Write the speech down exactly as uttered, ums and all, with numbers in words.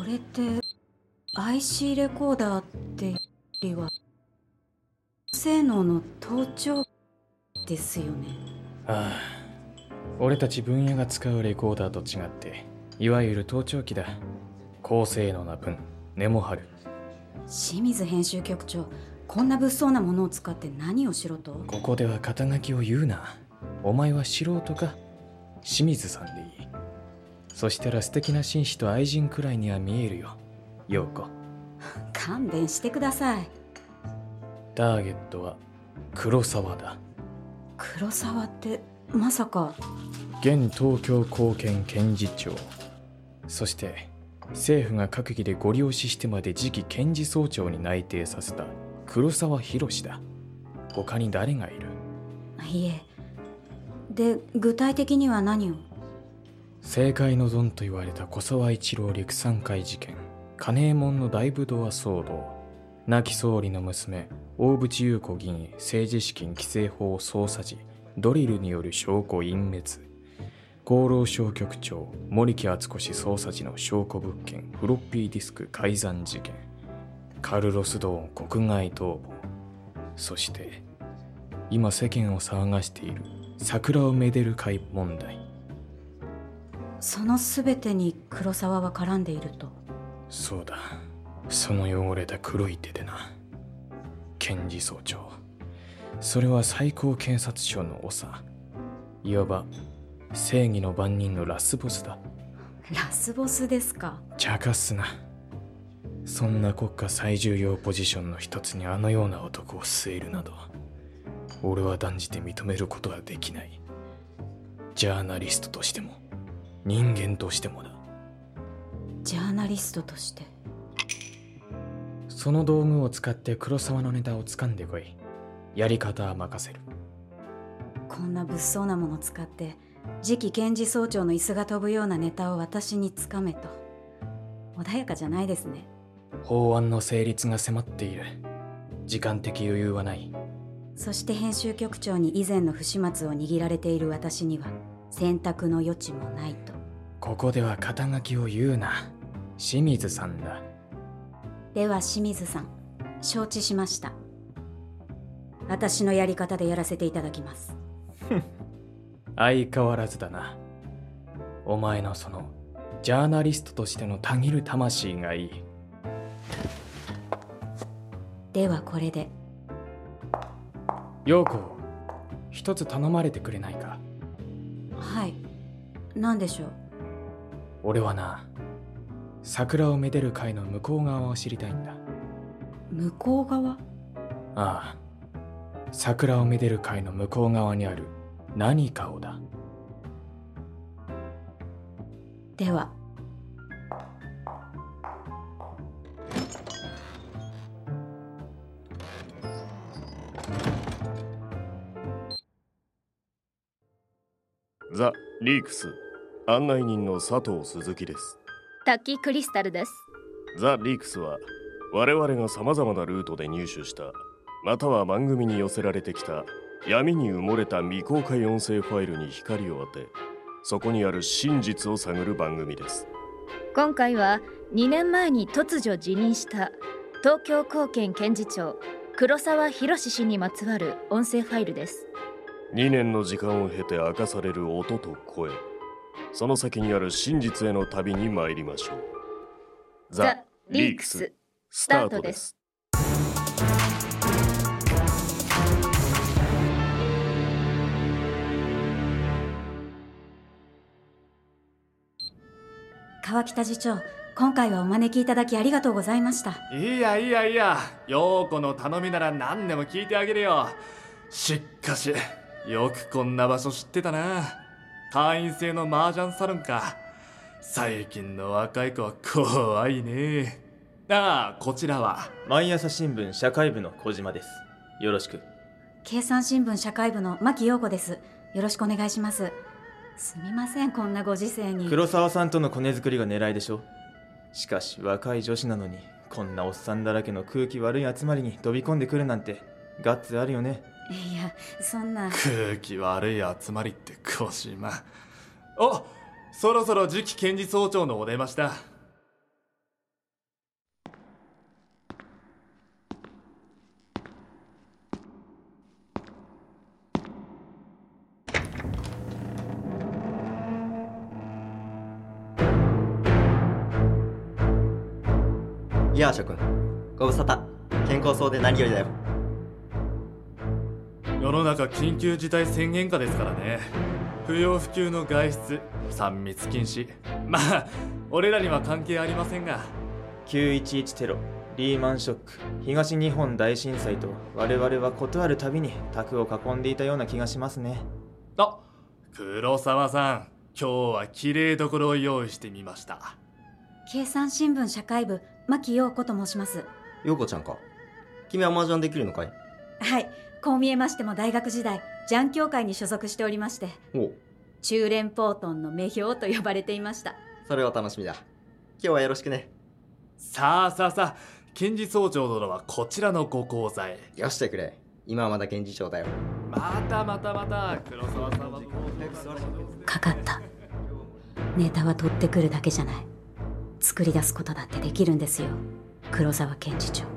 れって アイシー レコーダーっていうよりは性能の盗聴ですよね。 ああ、俺たち分野が使うレコーダーと違っていわゆる盗聴器だ。高性能な分根も張る。 清水編集局長、こんな物騒なものを使って何をしろと？ ここでは肩書きを言うな。お前は素人か？清水さんでいい。そしたら素敵な紳士と愛人くらいには見えるよ、陽子。 勘弁してください。 ターゲットは黒沢だ。 黒沢ってまさか？ 現東京高検検事長、そして政府が閣議でご了承してまで次期検事総長に内定させた黒沢博だ。他に誰がいる？ いえ。で、具体的には何を？ 政界のドンと言われた小沢一郎陸三会事件、金右衛門の大ブドア騒動、亡き総理の娘大渕優子議員政治資金規正法捜査時ドリルによる証拠隠滅、厚労省局長森木敦子氏捜査時の証拠物件フロッピーディスク改ざん事件、カルロス・ドーン国外逃亡、そして今世間を騒がしている桜をめでる会問題。 その全てに黒沢は絡んでいると？ そうだ、その汚れた黒い手でな。検事総長、それは最高検察庁の長、いわば正義の番人のラスボスだ。 ラスボスですか？ 茶化すな。そんな国家最重要ポジションの一つにあのような男を据えるなど、俺は断じて認めることはできない。ジャーナリストとしても人間としてもだ。 ジャーナリストとして？ その道具を使って黒沢のネタを掴んでこい。やり方は任せる。 こんな物騒なものを使って次期検事総長の椅子が飛ぶようなネタを私につかめと？穏やかじゃないですね。 法案の成立が迫っている。時間的余裕はない。 そして編集局長に以前の不始末を握られている私には選択の余地もないと？ ここでは肩書きを言うな。清水さんだ。 では清水さん、承知しました。私のやり方でやらせていただきます。 相変わらずだな。お前のそのジャーナリストとしてのたぎる魂がいい。 ではこれで。 陽子、一つ頼まれてくれないか？ はい、何でしょう？ 俺はな、桜をめでる会の向こう側を知りたいんだ。 向こう側？ ああ、桜をめでる会の向こう側にある何かをだ。 では。 ザ・リークス案内人の佐藤鈴木です。 タッキークリスタルです。 ザ・リークスは我々が様々なルートで入手したまたは番組に寄せられてきた闇に埋もれた未公開音声ファイルに光を当て、そこにある真実を探る番組です。 今回はにねんまえに突如辞任した東京高検検事長黒沢博氏にまつわる音声ファイルです。 にねんの時間を経て明かされる音と声、その先にある真実への旅に参りましょう。 ザ・リークススタートです。 川北次長、今回はお招きいただきありがとうございました。 いやいやいや、陽子の頼みなら何でも聞いてあげるよ。しかしよくこんな場所知ってたな。会員制の麻雀サロンか。最近の若い子は怖いね。ああ、こちらは毎朝新聞社会部の小島です。よろしく。 経産新聞社会部の牧陽子です。よろしくお願いします。すみません、こんなご時世に。 黒沢さんとのコネ作りが狙いでしょ。しかし若い女子なのにこんなおっさんだらけの空気悪い集まりに飛び込んでくるなんてガッツあるよね。 いや、そんな。 空気悪い集まりって小島。お、そろそろ次期検事総長のお出ましだ。 いやー諸君、ご無沙汰。健康そうで何よりだよ。 世の中緊急事態宣言下ですからね。不要不急の外出、さん密禁止。まあ俺らには関係ありませんが。 きゅういちいちテロ、リーマンショック、東日本大震災と我々は事あるたびに卓を囲んでいたような気がしますね。 あ、黒沢さん、今日は綺麗どころを用意してみました。 経産新聞社会部牧陽子と申します。 陽子ちゃんか。君は麻雀できるのかい？ はい、こう見えましても大学時代ジャン協会に所属しておりまして、 お中連ポートンの女豹と呼ばれていました。 それは楽しみだ。今日はよろしくね。 さあさあさあ、検事総長殿はこちらのご講座へ。 よしてくれ。今はまだ検事長だよ。 またまたまた黒沢さんはかかった。ネタは取ってくるだけじゃない、作り出すことだってできるんですよ、黒沢検事長。